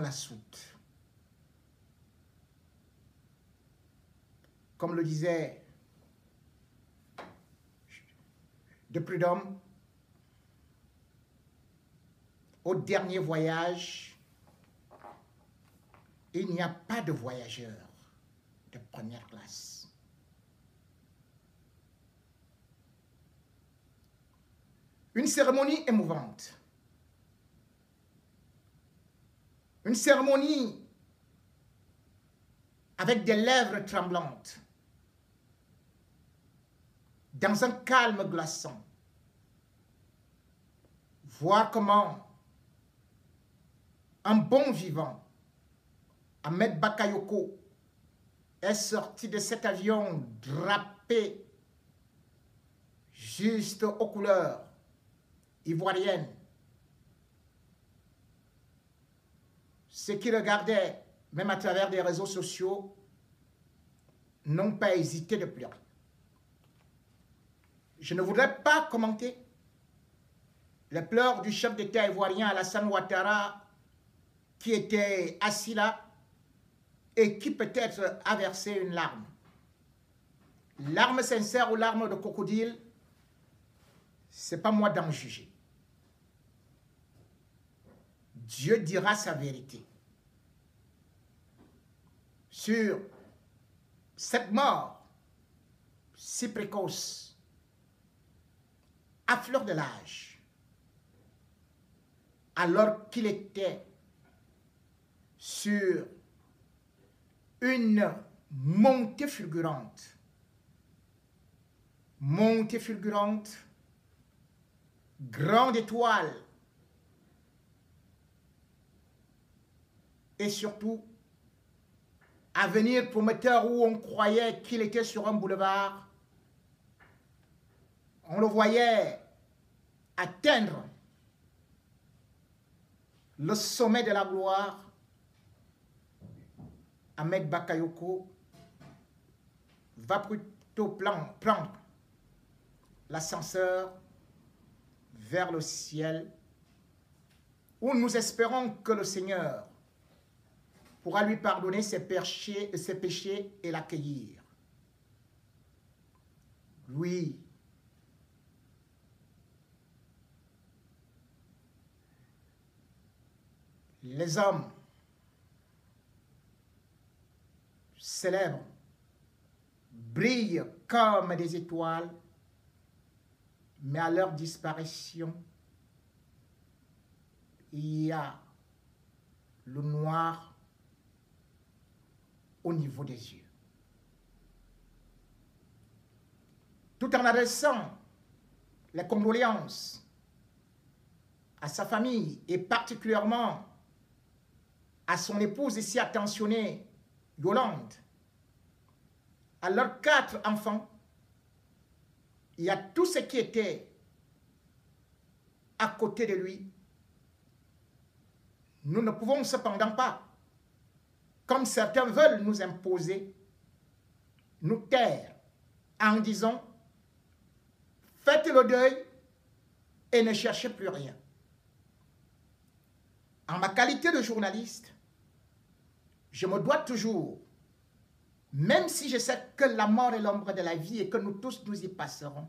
la soute. Comme le disait de Prudhomme, au dernier voyage, il n'y a pas de voyageurs de première classe. Une cérémonie émouvante. Une cérémonie avec des lèvres tremblantes, dans un calme glaçant. Voir comment un bon vivant, Ahmed Bakayoko, est sorti de cet avion drapé juste aux couleurs ivoiriennes. Ceux qui regardaient, même à travers des réseaux sociaux, n'ont pas hésité de pleurer. Je ne voudrais pas commenter les pleurs du chef d'État ivoirien Alassane Ouattara qui était assis là et qui peut-être a versé une larme. Larme sincère ou larme de crocodile, c'est pas moi d'en juger. Dieu dira sa vérité sur cette mort si précoce, à fleur de l'âge, alors qu'il était sur une montée fulgurante, grande étoile, et surtout, avenir prometteur où on croyait qu'il était sur un boulevard, on le voyait atteindre le sommet de la gloire. Ahmed Bakayoko va plutôt prendre l'ascenseur vers le ciel, où nous espérons que le Seigneur pourra lui pardonner ses péchés et l'accueillir. Lui, les hommes célèbres brillent comme des étoiles, mais à leur disparition, il y a le noir au niveau des yeux. Tout en adressant les condoléances à sa famille et particulièrement à son épouse ici attentionnée, Yolande, à leurs 4 enfants, il y a tout ce qui était à côté de lui. Nous ne pouvons cependant pas, comme certains veulent nous imposer, nous taire en disant « Faites le deuil et ne cherchez plus rien ». En ma qualité de journaliste, je me dois toujours, même si je sais que la mort est l'ombre de la vie et que nous tous nous y passerons,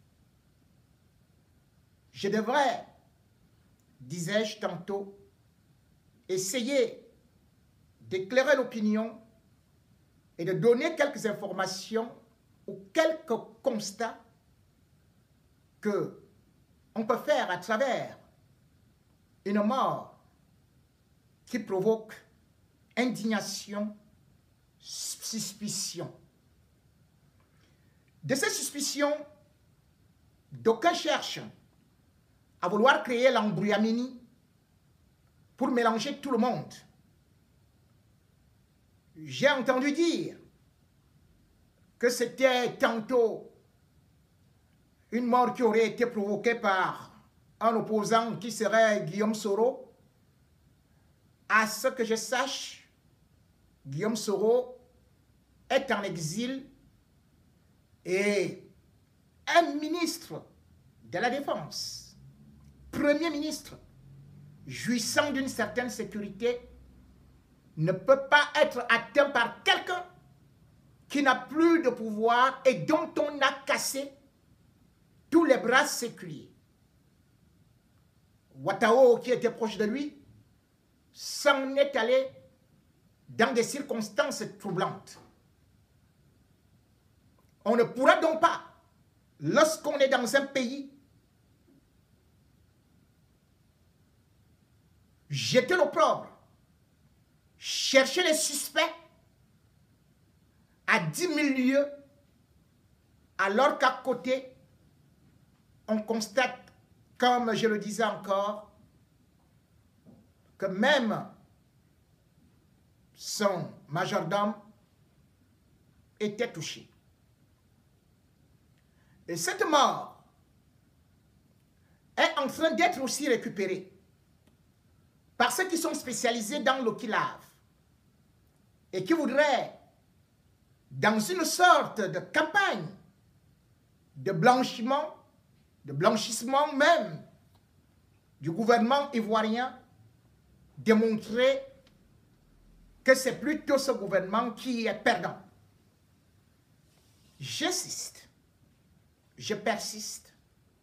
je devrais, disais-je tantôt, essayer d'éclairer l'opinion et de donner quelques informations ou quelques constats que on peut faire à travers une mort qui provoque indignation, suspicion. De ces suspicions, d'aucuns cherchent à vouloir créer l'embrouillamini pour mélanger tout le monde. J'ai entendu dire que c'était tantôt une mort qui aurait été provoquée par un opposant qui serait Guillaume Soro. À ce que je sache, Guillaume Soro est en exil et un ministre de la Défense, premier ministre, jouissant d'une certaine sécurité, ne peut pas être atteint par quelqu'un qui n'a plus de pouvoir et dont on a cassé tous les bras séculiers. Ouattao, qui était proche de lui, s'en est allé dans des circonstances troublantes. On ne pourra donc pas, lorsqu'on est dans un pays, jeter l'opprobre, chercher les suspects à 10 000 lieues, alors qu'à côté, on constate, comme je le disais encore, que même son majordome était touché. Et cette mort est en train d'être aussi récupérée par ceux qui sont spécialisés dans l'eau qui lave et qui voudraient, dans une sorte de campagne de blanchiment, de blanchissement même du gouvernement ivoirien, démontrer que c'est plutôt ce gouvernement qui est perdant. J'insiste, je persiste,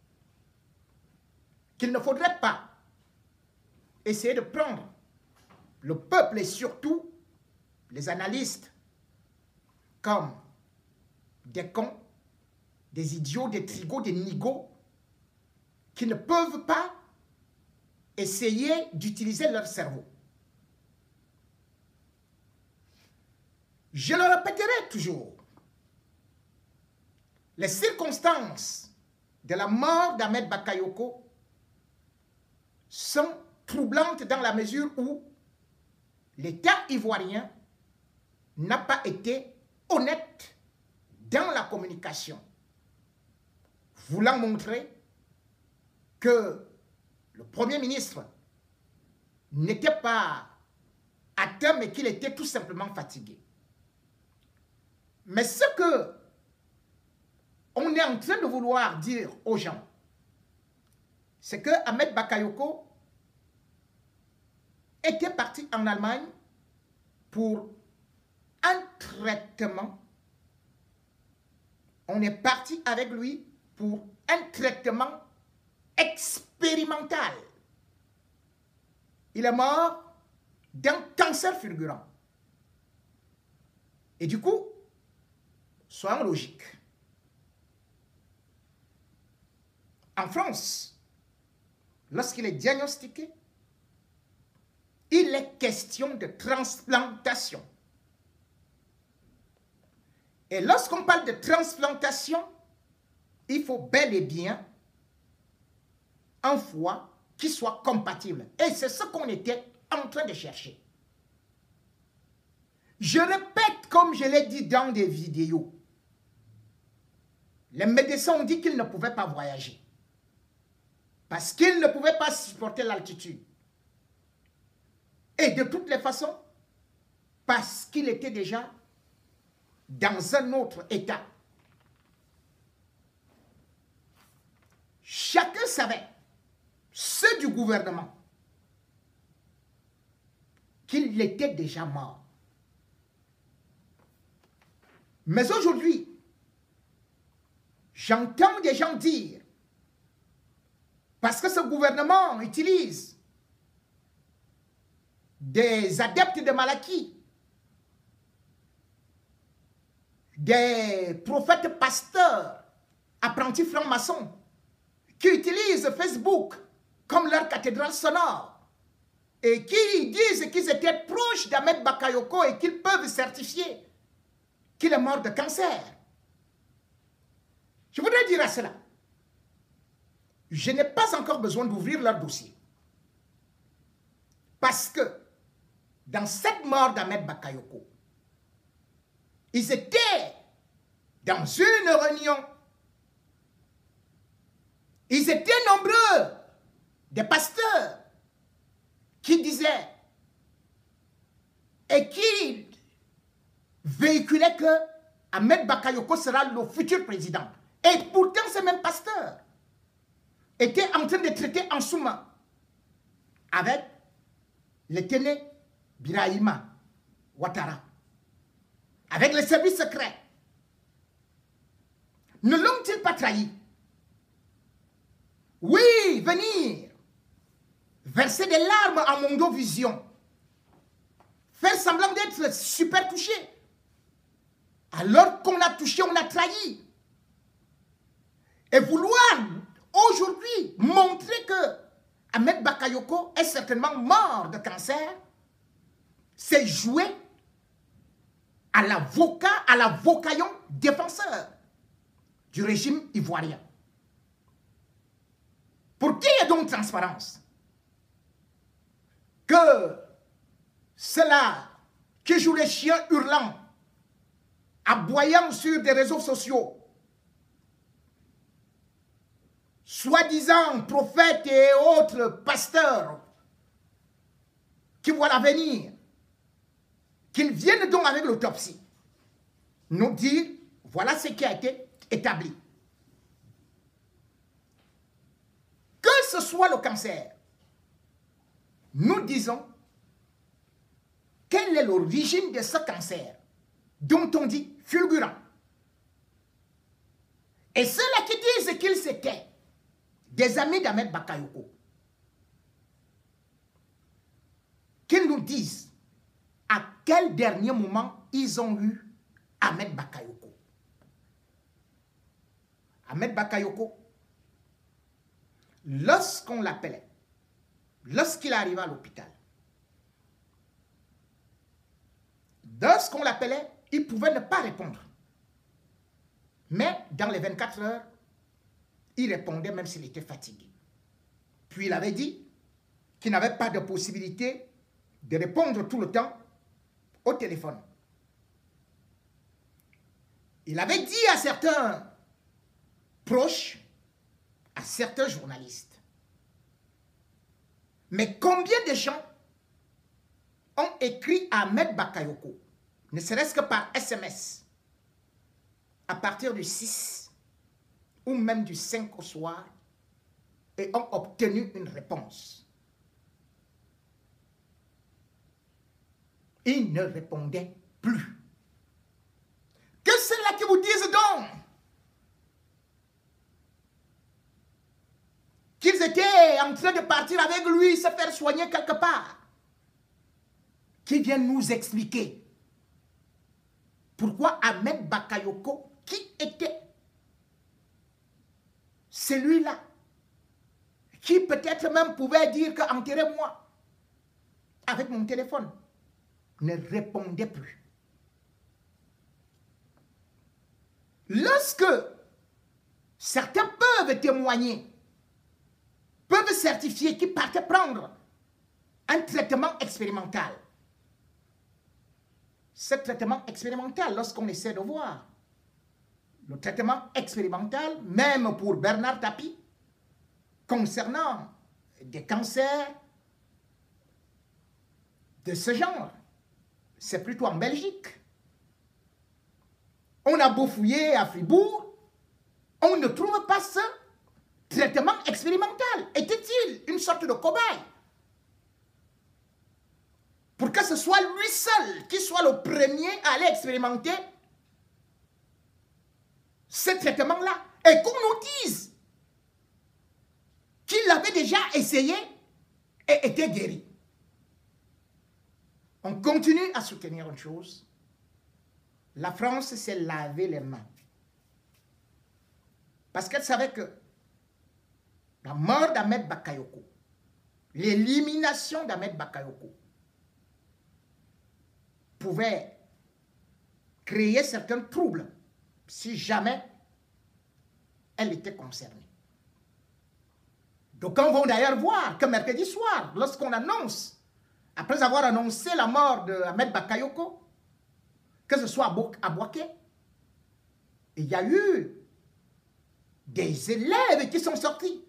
qu'il ne faudrait pas essayer de prendre le peuple et surtout les analystes comme des cons, des idiots, des trigots, des nigauds qui ne peuvent pas essayer d'utiliser leur cerveau. Je le répéterai toujours. Les circonstances de la mort d'Ahmed Bakayoko sont troublantes dans la mesure où l'État ivoirien n'a pas été honnête dans la communication, voulant montrer que le Premier ministre n'était pas atteint, mais qu'il était tout simplement fatigué. Mais ce que on est en train de vouloir dire aux gens, c'est que Ahmed Bakayoko était parti en Allemagne pour un traitement. On est parti avec lui pour un traitement expérimental. Il est mort d'un cancer fulgurant. Et du coup, soyons logiques. En France, lorsqu'il est diagnostiqué, il est question de transplantation. Et lorsqu'on parle de transplantation, il faut bel et bien un foie qui soit compatible. Et c'est ce qu'on était en train de chercher. Je répète, comme je l'ai dit dans des vidéos, les médecins ont dit qu'ils ne pouvaient pas voyager parce qu'ils ne pouvaient pas supporter l'altitude. Et de toutes les façons, parce qu'il était déjà dans un autre état. Chacun savait, ceux du gouvernement, qu'il était déjà mort. Mais aujourd'hui, j'entends des gens dire, parce que ce gouvernement utilise des adeptes de Malaki, des prophètes pasteurs, apprentis francs-maçons, qui utilisent Facebook comme leur cathédrale sonore et qui disent qu'ils étaient proches d'Ahmed Bakayoko et qu'ils peuvent certifier qu'il est mort de cancer. Je voudrais dire à cela, je n'ai pas encore besoin d'ouvrir leur dossier. Parce que dans cette mort d'Ahmed Bakayoko, ils étaient dans une réunion. Ils étaient nombreux, des pasteurs, qui disaient et qui véhiculaient que Ahmed Bakayoko sera le futur président. Et pourtant, ces mêmes pasteurs étaient en train de traiter en sous-main avec le Téné Birahima, Ouattara, avec les services secrets, ne l'ont-ils pas trahi? Oui, venir verser des larmes à Mondovision, faire semblant d'être super touché, alors qu'on a touché, on a trahi. Et vouloir aujourd'hui montrer que Ahmed Bakayoko est certainement mort de cancer, c'est jouer à l'avocat, à l'avocaillon défenseur du régime ivoirien. Pour qui est donc transparence? Que ceux-là qui jouent les chiens hurlants, aboyant sur des réseaux sociaux, soi-disant prophètes et autres pasteurs qui voient l'avenir, qu'ils viennent donc avec l'autopsie, nous dire, voilà ce qui a été établi. Que ce soit le cancer, nous disons, quelle est l'origine de ce cancer, dont on dit fulgurant. Et ceux-là qui disent qu'ils s'étaient des amis d'Ahmed Bakayoko, qu'ils nous disent à quel dernier moment ils ont eu Ahmed Bakayoko. Ahmed Bakayoko, lorsqu'on l'appelait, lorsqu'il arrivait à l'hôpital, lorsqu'on l'appelait, il pouvait ne pas répondre. Mais dans les 24 heures, il répondait même s'il était fatigué. Puis il avait dit qu'il n'avait pas de possibilité de répondre tout le temps au téléphone. Il avait dit à certains proches, à certains journalistes, mais combien de gens ont écrit à Ahmed Bakayoko, ne serait-ce que par SMS, à partir du 6 ou même du 5 au soir, et ont obtenu une réponse. Ils ne répondaient plus. Que ceux-là qui vous disent donc qu'ils étaient en train de partir avec lui, se faire soigner quelque part, qui viennent nous expliquer pourquoi Ahmed Bakayoko, qui était celui-là, qui peut-être même pouvait dire que enterrez-moi avec mon téléphone, ne répondait plus. Lorsque certains peuvent témoigner, peuvent certifier qu'ils partaient prendre un traitement expérimental, ce traitement expérimental, lorsqu'on essaie de voir, le traitement expérimental, même pour Bernard Tapie, concernant des cancers de ce genre, c'est plutôt en Belgique. On a beau fouiller à Fribourg, on ne trouve pas ce traitement expérimental. Était-il une sorte de cobaye? Pour que ce soit lui seul qui soit le premier à aller expérimenter ce traitement-là. Et qu'on nous dise qu'il l'avait déjà essayé et était guéri. On continue à soutenir une chose. La France s'est lavé les mains. Parce qu'elle savait que la mort d'Ahmed Bakayoko, l'élimination d'Ahmed Bakayoko, pouvait créer certains troubles si jamais elle était concernée. D'aucuns vont d'ailleurs voir que mercredi soir, lorsqu'on annonce, après avoir annoncé la mort d'Ahmed Bakayoko, que ce soit à Bouaké, il y a eu des élèves qui sont sortis,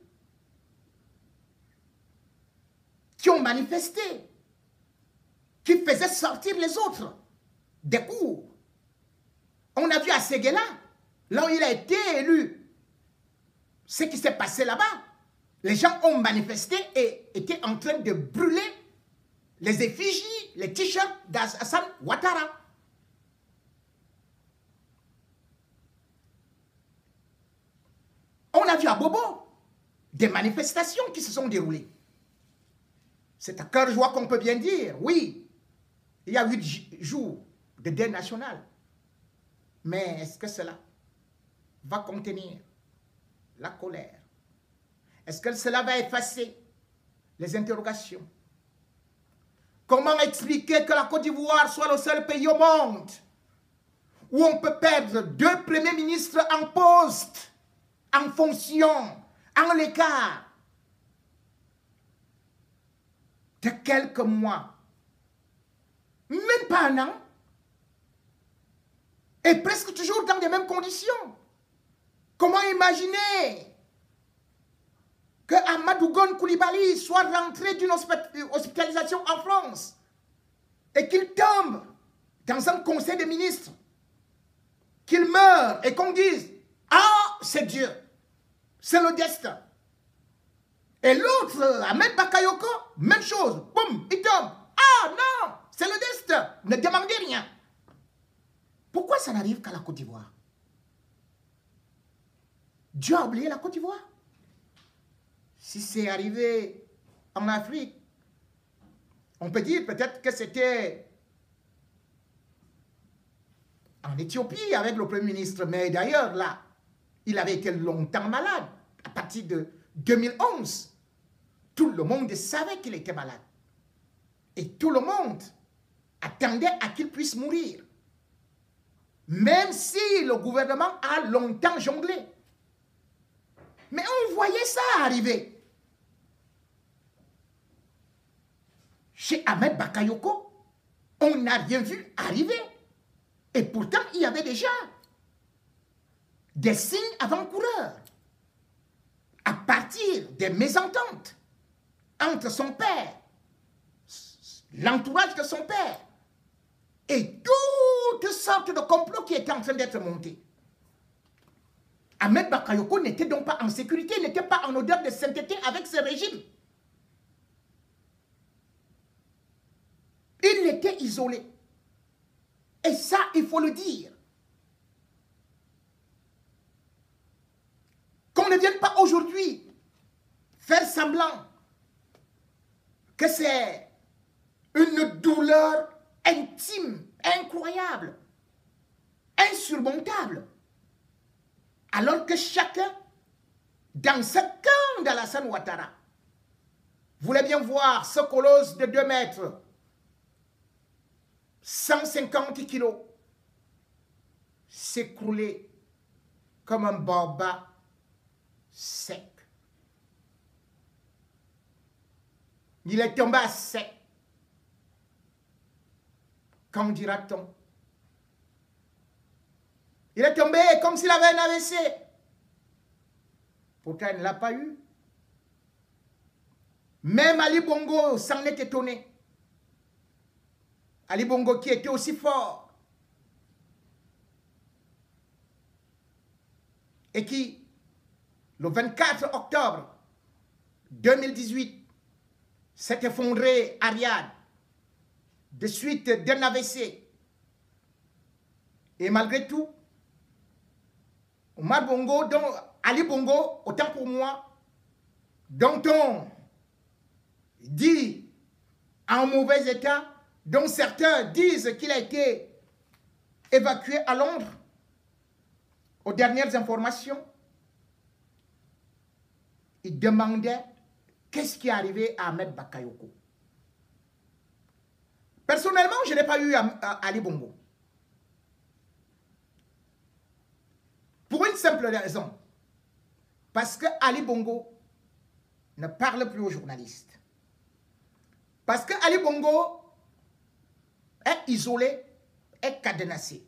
qui ont manifesté, qui faisaient sortir les autres des cours. On a vu à Séguéla, là où il a été élu, ce qui s'est passé là-bas. Les gens ont manifesté et étaient en train de brûler les effigies, les t-shirts d'Alassane Ouattara. On a vu à Bobo des manifestations qui se sont déroulées. C'est à cœur joie qu'on peut bien dire, oui, il y a 8 jours de deuil national. Mais est-ce que cela va contenir la colère? Est-ce que cela va effacer les interrogations? Comment expliquer que la Côte d'Ivoire soit le seul pays au monde où on peut perdre 2 premiers ministres en poste, en fonction, en l'écart de quelques mois, même pas un an, et presque toujours dans les mêmes conditions? Comment imaginer que Amadou Gon Coulibaly soit rentré d'une hospitalisation en France et qu'il tombe dans un conseil des ministres, qu'il meure et qu'on dise « Ah, c'est Dieu, c'est le destin ». Et l'autre, Ahmed Bakayoko, même chose, boum, il tombe. Ah non, c'est le destin, ne demandez rien. Pourquoi ça n'arrive qu'à la Côte d'Ivoire? Dieu a oublié la Côte d'Ivoire? Si c'est arrivé en Afrique, on peut dire peut-être que c'était en Éthiopie avec le Premier ministre. Mais d'ailleurs, là, il avait été longtemps malade. À partir de 2011, tout le monde savait qu'il était malade. Et tout le monde attendait à qu'il puisse mourir. Même si le gouvernement a longtemps jonglé. Mais on voyait ça arriver. Chez Ahmed Bakayoko, on n'a rien vu arriver. Et pourtant, il y avait déjà des signes avant-coureurs. À partir des mésententes entre son père, l'entourage de son père, et toutes sortes de complots qui étaient en train d'être montés. Ahmed Bakayoko n'était donc pas en sécurité, n'était pas en odeur de sainteté avec ce régime. Il était isolé. Et ça, il faut le dire. Qu'on ne vienne pas aujourd'hui faire semblant que c'est une douleur intime, incroyable, insurmontable. Alors que chacun, dans ce camp d'Alassane Ouattara, voulait bien voir ce colosse de 2 mètres, 150 kilos, s'écrouler comme un baobab sec. Il est tombé à sec. Qu'en dira-t-on? Il est tombé comme s'il avait un AVC. Pourtant, il ne l'a pas eu. Même Ali Bongo s'en est étonné. Ali Bongo qui était aussi fort. Et qui, le 24 octobre 2018, s'est effondré à Riyad de suite d'un AVC. Et malgré tout, Omar Bongo, donc Ali Bongo, autant pour moi, dont on dit en mauvais état, dont certains disent qu'il a été évacué à Londres, aux dernières informations, il demandait qu'est-ce qui est arrivé à Ahmed Bakayoko. Personnellement, je n'ai pas eu Ali Bongo. Pour une simple raison. Parce que Ali Bongo ne parle plus aux journalistes. Parce que Ali Bongo est isolé, est cadenassé.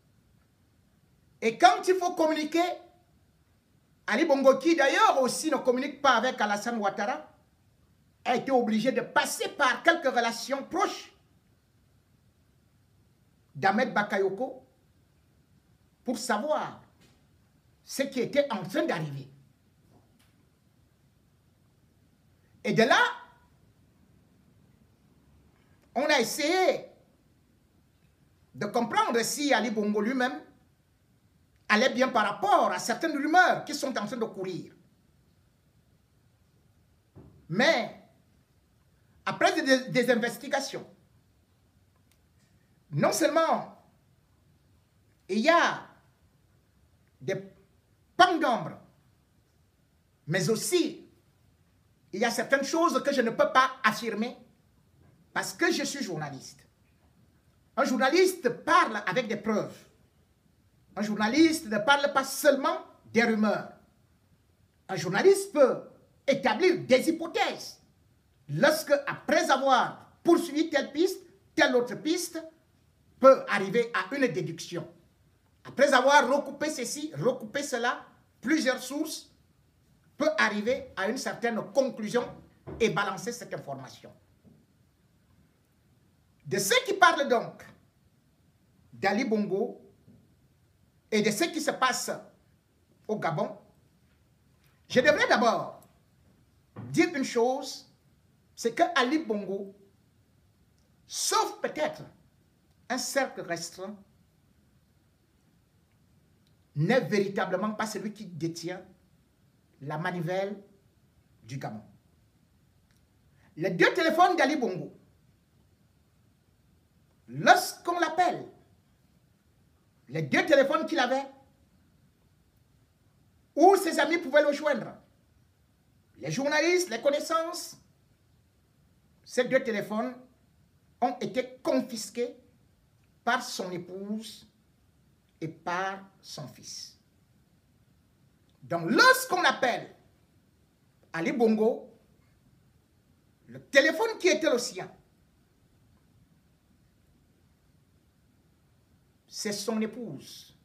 Et quand il faut communiquer, Ali Bongo, qui d'ailleurs aussi ne communique pas avec Alassane Ouattara, a été obligé de passer par quelques relations proches d'Ahmed Bakayoko pour savoir ce qui était en train d'arriver. Et de là, on a essayé de comprendre si Ali Bongo lui-même allait bien par rapport à certaines rumeurs qui sont en train de courir. Mais, après des investigations, non seulement il y a des pans d'ombre, mais aussi il y a certaines choses que je ne peux pas affirmer parce que je suis journaliste. Un journaliste parle avec des preuves. Un journaliste ne parle pas seulement des rumeurs. Un journaliste peut établir des hypothèses. Lorsque, après avoir poursuivi telle piste, telle autre piste, peut arriver à une déduction. Après avoir recoupé ceci, recoupé cela, plusieurs sources, peut arriver à une certaine conclusion et balancer cette information. De ceux qui parlent donc d'Ali Bongo et de ce qui se passe au Gabon, je devrais d'abord dire une chose, c'est que Ali Bongo, sauf peut-être un cercle restreint, n'est véritablement pas celui qui détient la manivelle du Gabon. Les deux téléphones d'Ali Bongo, lorsqu'on l'appelle, les deux téléphones qu'il avait, où ses amis pouvaient le joindre, les journalistes, les connaissances, ces deux téléphones ont été confisqués par son épouse et par son fils. Donc, lorsqu'on appelle Ali Bongo, le téléphone qui était le sien, c'est son épouse,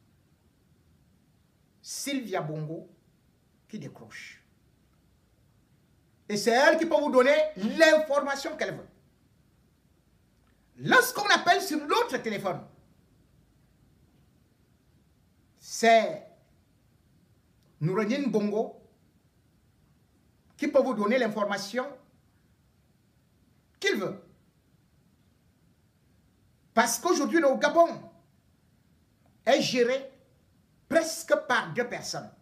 Sylvia Bongo, qui décroche. Et c'est elle qui peut vous donner l'information qu'elle veut. Lorsqu'on appelle sur l'autre téléphone, c'est Noureddine Bongo qui peut vous donner l'information qu'il veut. Parce qu'aujourd'hui, le Gabon est géré presque par deux personnes.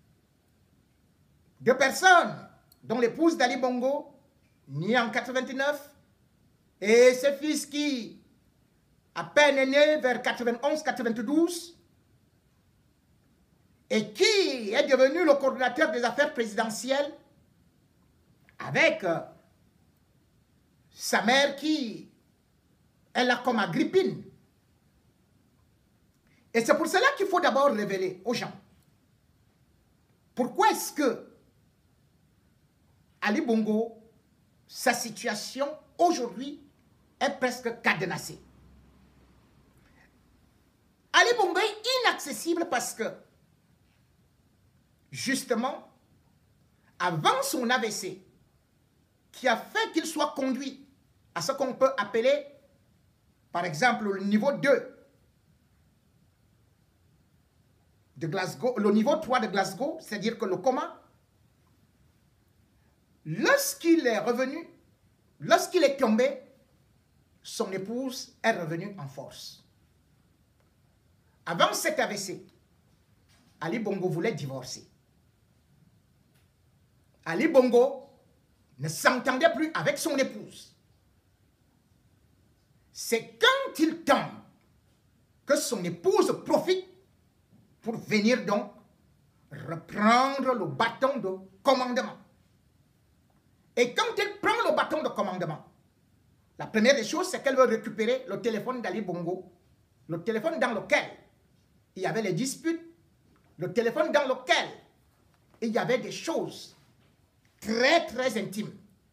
Deux personnes dont l'épouse d'Ali Bongo, née en 89, et ses fils qui, à peine est né vers 91-92, et qui est devenu le coordinateur des affaires présidentielles avec sa mère qui est là comme Agrippine. Et c'est pour cela qu'il faut d'abord révéler aux gens pourquoi est-ce que Ali Bongo, sa situation aujourd'hui est presque cadenassée. Ali Bongo est inaccessible parce que, justement, avant son AVC, qui a fait qu'il soit conduit à ce qu'on peut appeler, par exemple, le niveau 2 de Glasgow, le niveau 3 de Glasgow, c'est-à-dire que le coma, lorsqu'il est revenu, lorsqu'il est tombé, son épouse est revenue en force. Avant cet AVC, Ali Bongo voulait divorcer. Ali Bongo ne s'entendait plus avec son épouse. C'est quand il tombe que son épouse profite pour venir donc reprendre le bâton de commandement. Et quand elle prend le bâton de commandement, la première des choses, c'est qu'elle veut récupérer le téléphone d'Ali Bongo, le téléphone dans lequel il y avait les disputes, le téléphone dans lequel il y avait des choses très, très intimes.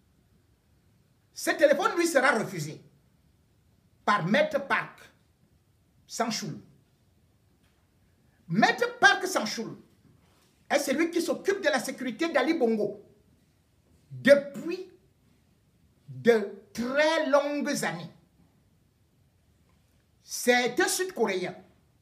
Ce téléphone lui sera refusé par Maître Park Sanchoul. Maître Park Sanchoul est celui qui s'occupe de la sécurité d'Ali Bongo depuis de très longues années. C'est un Sud-Coréen.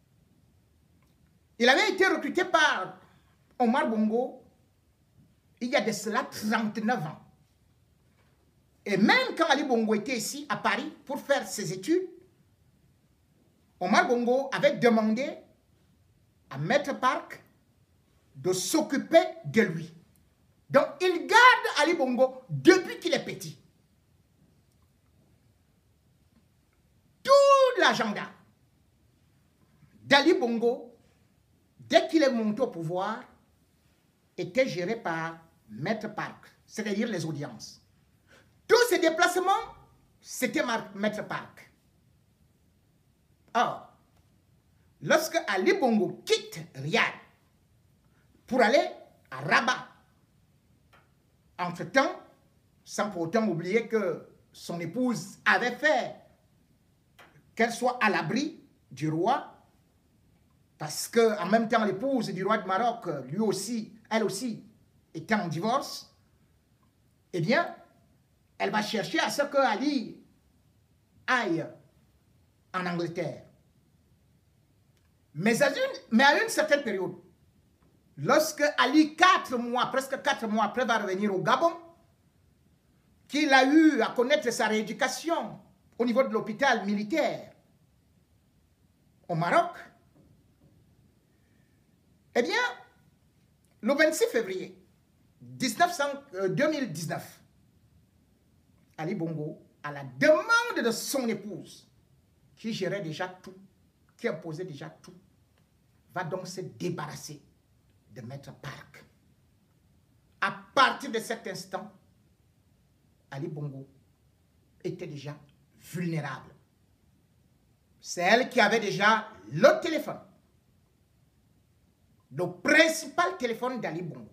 Il avait été recruté par Omar Bongo il y a de cela 39 ans. Et même quand Ali Bongo était ici à Paris pour faire ses études, Omar Bongo avait demandé à Maître Park de s'occuper de lui. Donc, il garde Ali Bongo depuis qu'il est petit. Tout l'agenda d'Ali Bongo, dès qu'il est monté au pouvoir, était géré par Maître Park, c'est-à-dire les audiences. Tous ces déplacements, c'était Maître Park. Or, lorsque Ali Bongo quitte Riyad pour aller à Rabat, entre-temps, sans pour autant oublier que son épouse avait fait qu'elle soit à l'abri du roi, parce qu'en même temps, l'épouse du roi de Maroc, lui aussi, elle aussi, était en divorce, eh bien, elle va chercher à ce que Ali aille en Angleterre. Mais à une certaine période, lorsque Ali, presque 4 mois après, va revenir au Gabon, qu'il a eu à connaître sa rééducation au niveau de l'hôpital militaire au Maroc, eh bien, le 26 février 2019, Ali Bongo, à la demande de son épouse, qui gérait déjà tout, qui imposait déjà tout, va donc se débarrasser de Maître Park. À partir de cet instant, Ali Bongo était déjà vulnérable. C'est elle qui avait déjà le téléphone, le principal téléphone d'Ali Bongo.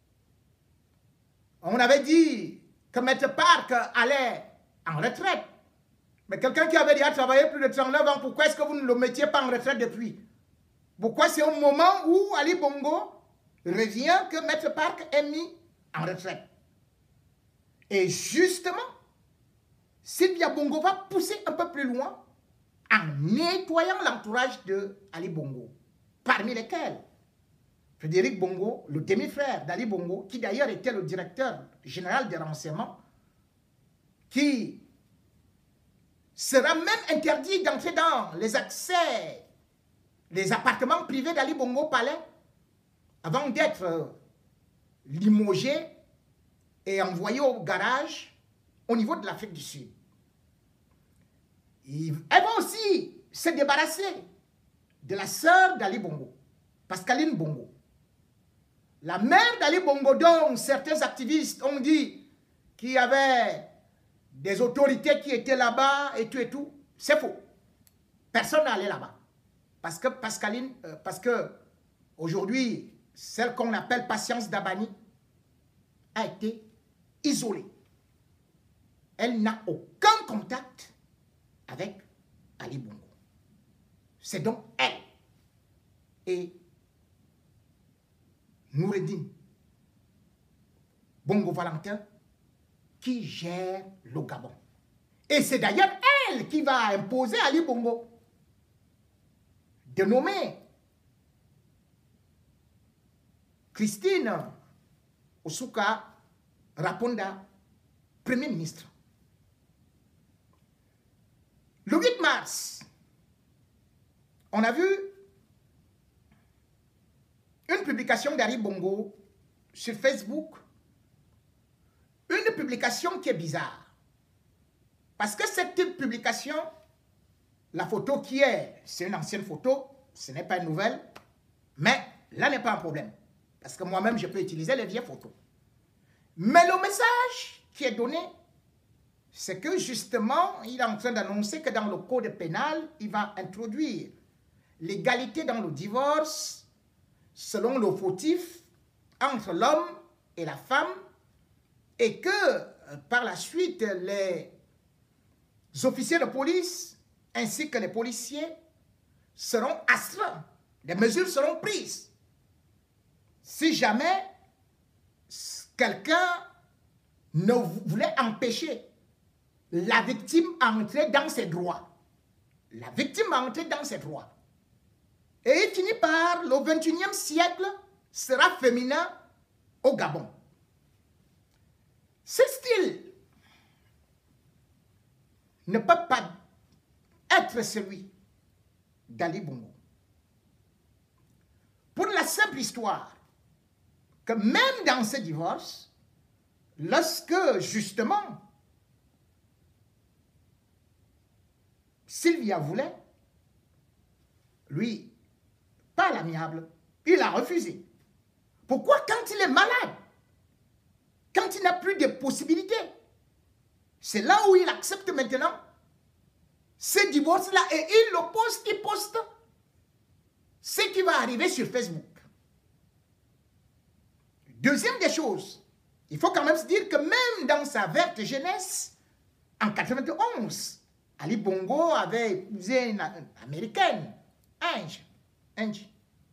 On avait dit que Maître Park allait en retraite. Mais quelqu'un qui avait déjà travaillé plus de 39 ans, pourquoi est-ce que vous ne le mettiez pas en retraite depuis? Pourquoi c'est au moment où Ali Bongo revient que Maître Park est mis en retraite? Et justement, Sylvia Bongo va pousser un peu plus loin en nettoyant l'entourage de Ali Bongo, parmi lesquels Frédéric Bongo, le demi-frère d'Ali Bongo, qui d'ailleurs était le directeur général des renseignements, qui sera même interdit d'entrer dans les accès, les appartements privés d'Ali Bongo Palais, avant d'être limogé et envoyé au garage au niveau de l'Afrique du Sud. Elle va aussi se débarrasser de la sœur d'Ali Bongo, Pascaline Bongo. La mère d'Ali Bongo, dont certains activistes ont dit qu'il y avait des autorités qui étaient là-bas et tout, c'est faux. Personne n'est allé là-bas. Parce que Pascaline, parce que aujourd'hui, celle qu'on appelle Patience Dabani a été isolée. Elle n'a aucun contact avec Ali Bongo. C'est donc elle et Noureddine Bongo Valentin qui gère le Gabon. Et c'est d'ailleurs elle qui va imposer à Ali Bongo de nommer Christine Osuka Raponda Premier ministre. Le 8 mars, on a vu une publication d'Ali Bongo sur Facebook, une publication qui est bizarre. Parce que cette publication, la photo qui est, c'est une ancienne photo, ce n'est pas une nouvelle, mais là n'est pas un problème. Parce que moi-même, je peux utiliser les vieilles photos. Mais le message qui est donné, c'est que justement, il est en train d'annoncer que dans le code pénal, il va introduire l'égalité dans le divorce selon le fautif entre l'homme et la femme et que par la suite, les officiers de police ainsi que les policiers seront astreints. Des mesures seront prises. Si jamais quelqu'un ne voulait empêcher la victime d'entrer dans ses droits. La victime va entrer dans ses droits. Et il finit par, le 21e siècle sera féminin au Gabon. Ce style ne peut pas être celui d'Ali Bongo. Pour la simple histoire que même dans ce divorce, lorsque justement Sylvia voulait, lui, pas à l'amiable, il a refusé. Pourquoi? Quand il est malade, quand il n'a plus de possibilités, c'est là où il accepte maintenant ce divorce-là et il le poste, il poste ce qui va arriver sur Facebook. Deuxième des choses, il faut quand même se dire que même dans sa verte jeunesse, en 91, Ali Bongo avait épousé une américaine, Angie.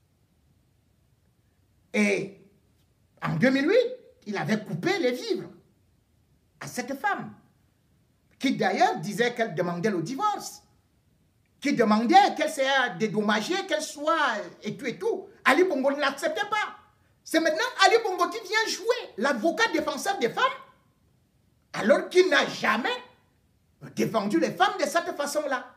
Et en 2008, il avait coupé les vivres à cette femme, qui d'ailleurs disait qu'elle demandait le divorce, qui demandait qu'elle soit dédommagée, qu'elle soit et tout. Ali Bongo ne l'acceptait pas. C'est maintenant Ali Bongo qui vient jouer l'avocat défenseur des femmes, alors qu'il n'a jamais défendu les femmes de cette façon-là.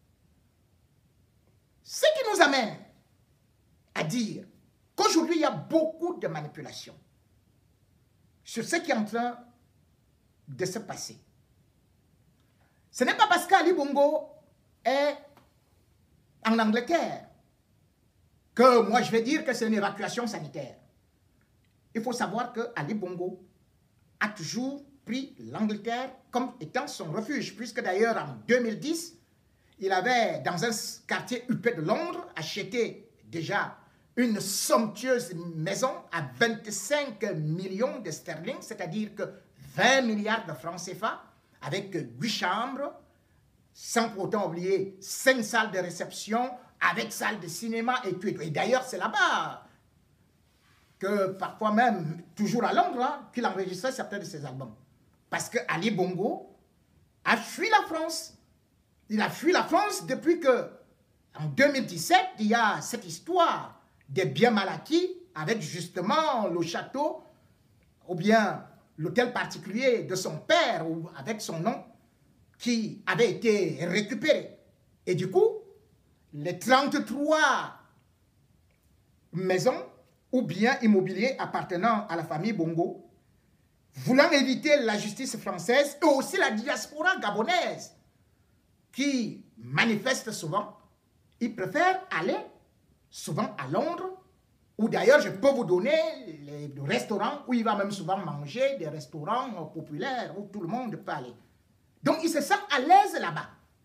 Ce qui nous amène à dire qu'aujourd'hui, il y a beaucoup de manipulations sur ce qui est en train de se passer. Ce n'est pas parce qu'Ali Bongo est en Angleterre que moi je vais dire que c'est une évacuation sanitaire. Il faut savoir que Ali Bongo a toujours pris l'Angleterre comme étant son refuge, puisque d'ailleurs en 2010, il avait dans un quartier huppé de Londres acheté déjà une somptueuse maison à 25 millions de sterling, c'est-à-dire que 20 milliards de francs CFA, avec 8 chambres, sans pour autant oublier 5 salles de réception, avec salle de cinéma et tout. Et d'ailleurs, c'est là-bas que parfois même, toujours à Londres, hein, qu'il enregistrait certains de ses albums. Parce que Ali Bongo a fui la France. Il a fui la France depuis que, en 2017, il y a cette histoire des biens mal acquis avec justement le château ou bien l'hôtel particulier de son père ou avec son nom qui avait été récupéré. Et du coup, les 33 maisons ou biens immobiliers appartenant à la famille Bongo, voulant éviter la justice française et aussi la diaspora gabonaise qui manifeste souvent, ils préfèrent aller souvent à Londres, où d'ailleurs je peux vous donner les restaurants où il va même souvent manger, des restaurants populaires où tout le monde peut aller. Donc il se sent à l'aise là-bas.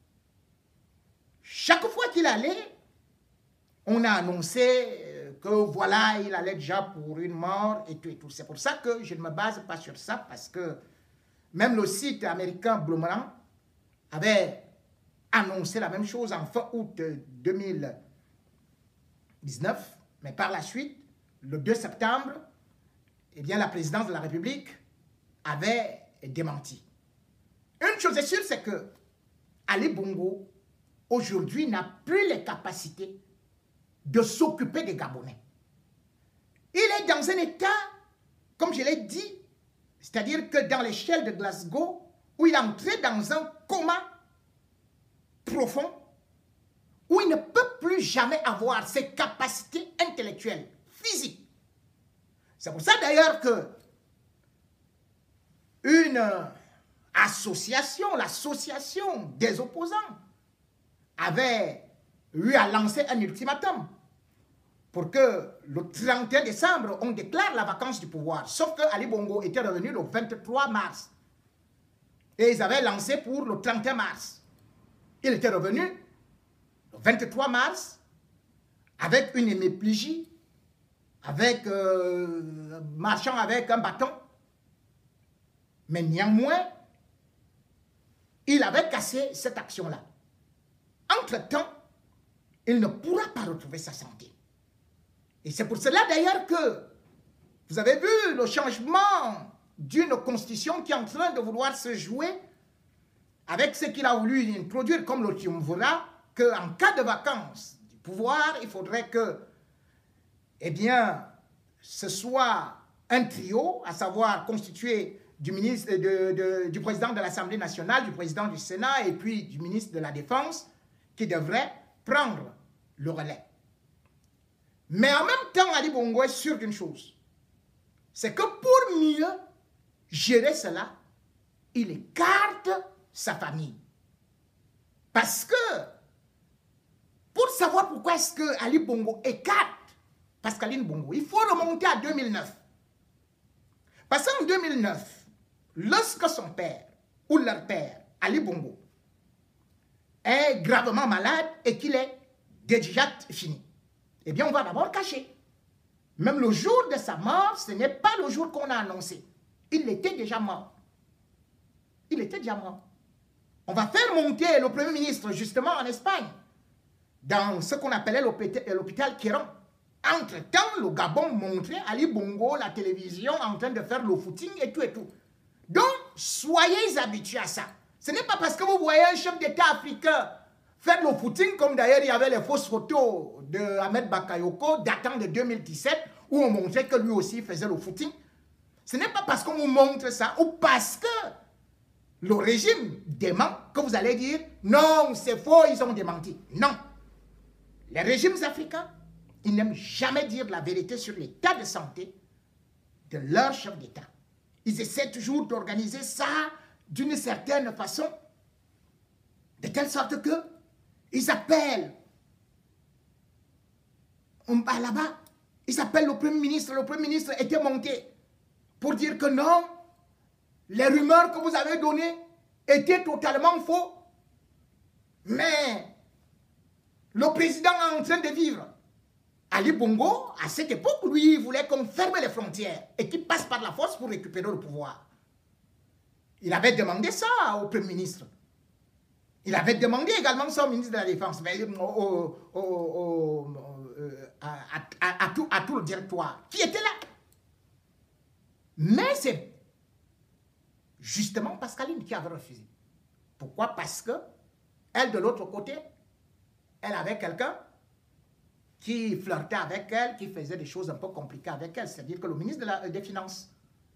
Chaque fois qu'il allait, on a annoncé que voilà, il allait déjà pour une mort et tout et tout. C'est pour ça que je ne me base pas sur ça, parce que même le site américain Bloomerang avait annoncé la même chose en fin août 2019, mais par la suite, le 2 septembre, eh bien, la présidence de la République avait démenti. Une chose est sûre, c'est que Ali Bongo, aujourd'hui, n'a plus les capacités de s'occuper des Gabonais. Il est dans un état, comme je l'ai dit, c'est-à-dire que dans l'échelle de Glasgow, où il est entré dans un coma profond, où il ne peut plus jamais avoir ses capacités intellectuelles, physiques. C'est pour ça d'ailleurs que une association, l'association des opposants, avait eu à lancer un ultimatum pour que le 31 décembre, on déclare la vacance du pouvoir. Sauf que Ali Bongo était revenu le 23 mars. Et ils avaient lancé pour le 31 mars. Il était revenu le 23 mars avec une hémiplégie, avec, marchant avec un bâton. Mais néanmoins, il avait cassé cette action-là. Entre-temps, il ne pourra pas retrouver sa santé. Et c'est pour cela d'ailleurs que vous avez vu le changement d'une constitution qui est en train de vouloir se jouer avec ce qu'il a voulu introduire comme le triumvirat, qu'en cas de vacance du pouvoir, il faudrait que, eh bien, ce soit un trio, à savoir constitué du ministre, du président de l'Assemblée nationale, du président du Sénat et puis du ministre de la Défense qui devrait prendre le relais. Mais en même temps, Ali Bongo est sûr d'une chose, c'est que pour mieux gérer cela, il écarte sa famille. Parce que, pour savoir pourquoi est-ce que Ali Bongo écarte Pascaline Bongo, il faut remonter à 2009. Parce qu'en 2009, lorsque son père, ou leur père, Ali Bongo, est gravement malade et qu'il est déjà fini, eh bien on va d'abord cacher. Même le jour de sa mort, ce n'est pas le jour qu'on a annoncé. Il était déjà mort. Il était déjà mort. On va faire monter le Premier ministre justement en Espagne, dans ce qu'on appelait l'hôpital Kéran. Entre-temps, le Gabon montrait Ali Bongo, la télévision, en train de faire le footing et tout et tout. Donc, soyez habitués à ça. Ce n'est pas parce que vous voyez un chef d'État africain faire le footing, comme d'ailleurs il y avait les fausses photos de Ahmed Bakayoko datant de 2017, où on montrait que lui aussi faisait le footing. Ce n'est pas parce qu'on vous montre ça, ou parce que le régime dément, que vous allez dire, non, c'est faux, ils ont démenti. Non. Les régimes africains, ils n'aiment jamais dire la vérité sur l'état de santé de leur chef d'État. Ils essaient toujours d'organiser ça d'une certaine façon, de telle sorte que ils appellent là-bas, ils appellent le Premier ministre était monté pour dire que non, les rumeurs que vous avez données étaient totalement faux, mais le président est en train de vivre. Ali Bongo, à cette époque, lui, voulait qu'on ferme les frontières et qu'il passe par la force pour récupérer le pouvoir. Il avait demandé ça au Premier ministre. Il avait demandé également ça au ministre de la Défense, mais à tout le directoire qui était là. Mais c'est justement Pascaline qui avait refusé. Pourquoi? Parce que elle, de l'autre côté, elle avait quelqu'un qui flirtait avec elle, qui faisait des choses un peu compliquées avec elle, c'est-à-dire que le ministre des Finances.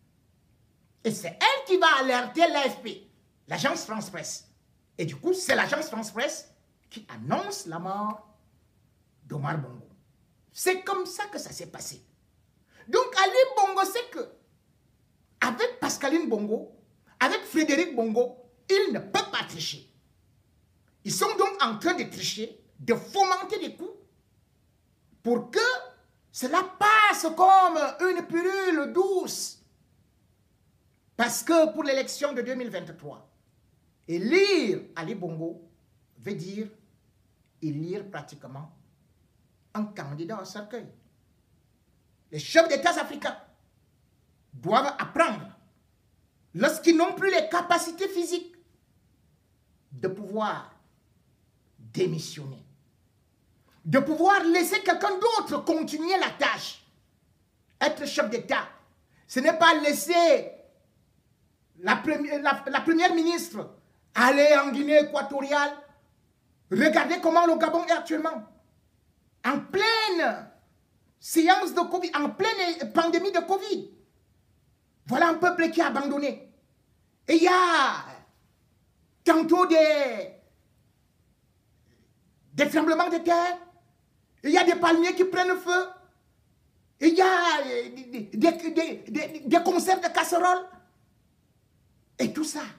Et c'est elle qui va alerter l'AFP, l'agence France-Presse. Et du coup, c'est l'agence France-Presse qui annonce la mort d'Omar Bongo. C'est comme ça que ça s'est passé. Donc, Ali Bongo sait que, avec Pascaline Bongo, avec Frédéric Bongo, il ne peut pas tricher. Ils sont donc en train de tricher, de fomenter des coups, pour que cela passe comme une pilule douce. Parce que pour l'élection de 2023, élire Ali Bongo veut dire élire pratiquement un candidat au cercueil. Les chefs d'État africains doivent apprendre, lorsqu'ils n'ont plus les capacités physiques, de pouvoir démissionner, de pouvoir laisser quelqu'un d'autre continuer la tâche. Être chef d'État, ce n'est pas laisser la première ministre aller en Guinée équatoriale. Regardez comment le Gabon est actuellement. En pleine séance de Covid, en pleine pandémie de Covid. Voilà un peuple qui a abandonné. Et il y a tantôt des tremblements de terre. Il y a des palmiers qui prennent feu. Il y a des concerts de casseroles. Et tout ça,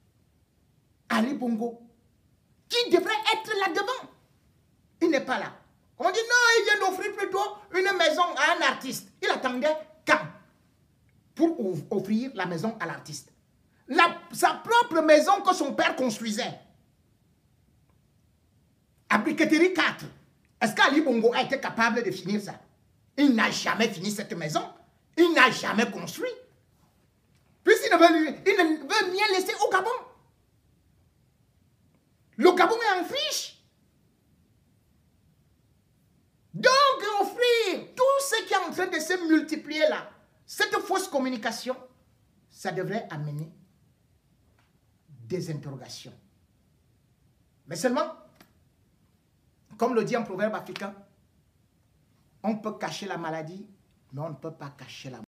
Ali Bongo, qui devrait être là-devant, il n'est pas là. On dit non, il vient d'offrir plutôt une maison à un artiste. Il attendait quand pour offrir la maison à l'artiste? Sa propre maison que son père construisait. À Briqueterie 4. Est-ce qu'Ali Bongo a été capable de finir ça? Il n'a jamais fini cette maison. Il n'a jamais construit. Puisqu'il ne veut rien laisser au Gabon. Le Gabon est en friche. Donc, offrir tout ce qui est en train de se multiplier là, cette fausse communication, ça devrait amener des interrogations. Mais seulement, comme le dit un proverbe africain, on peut cacher la maladie, mais on ne peut pas cacher la maladie.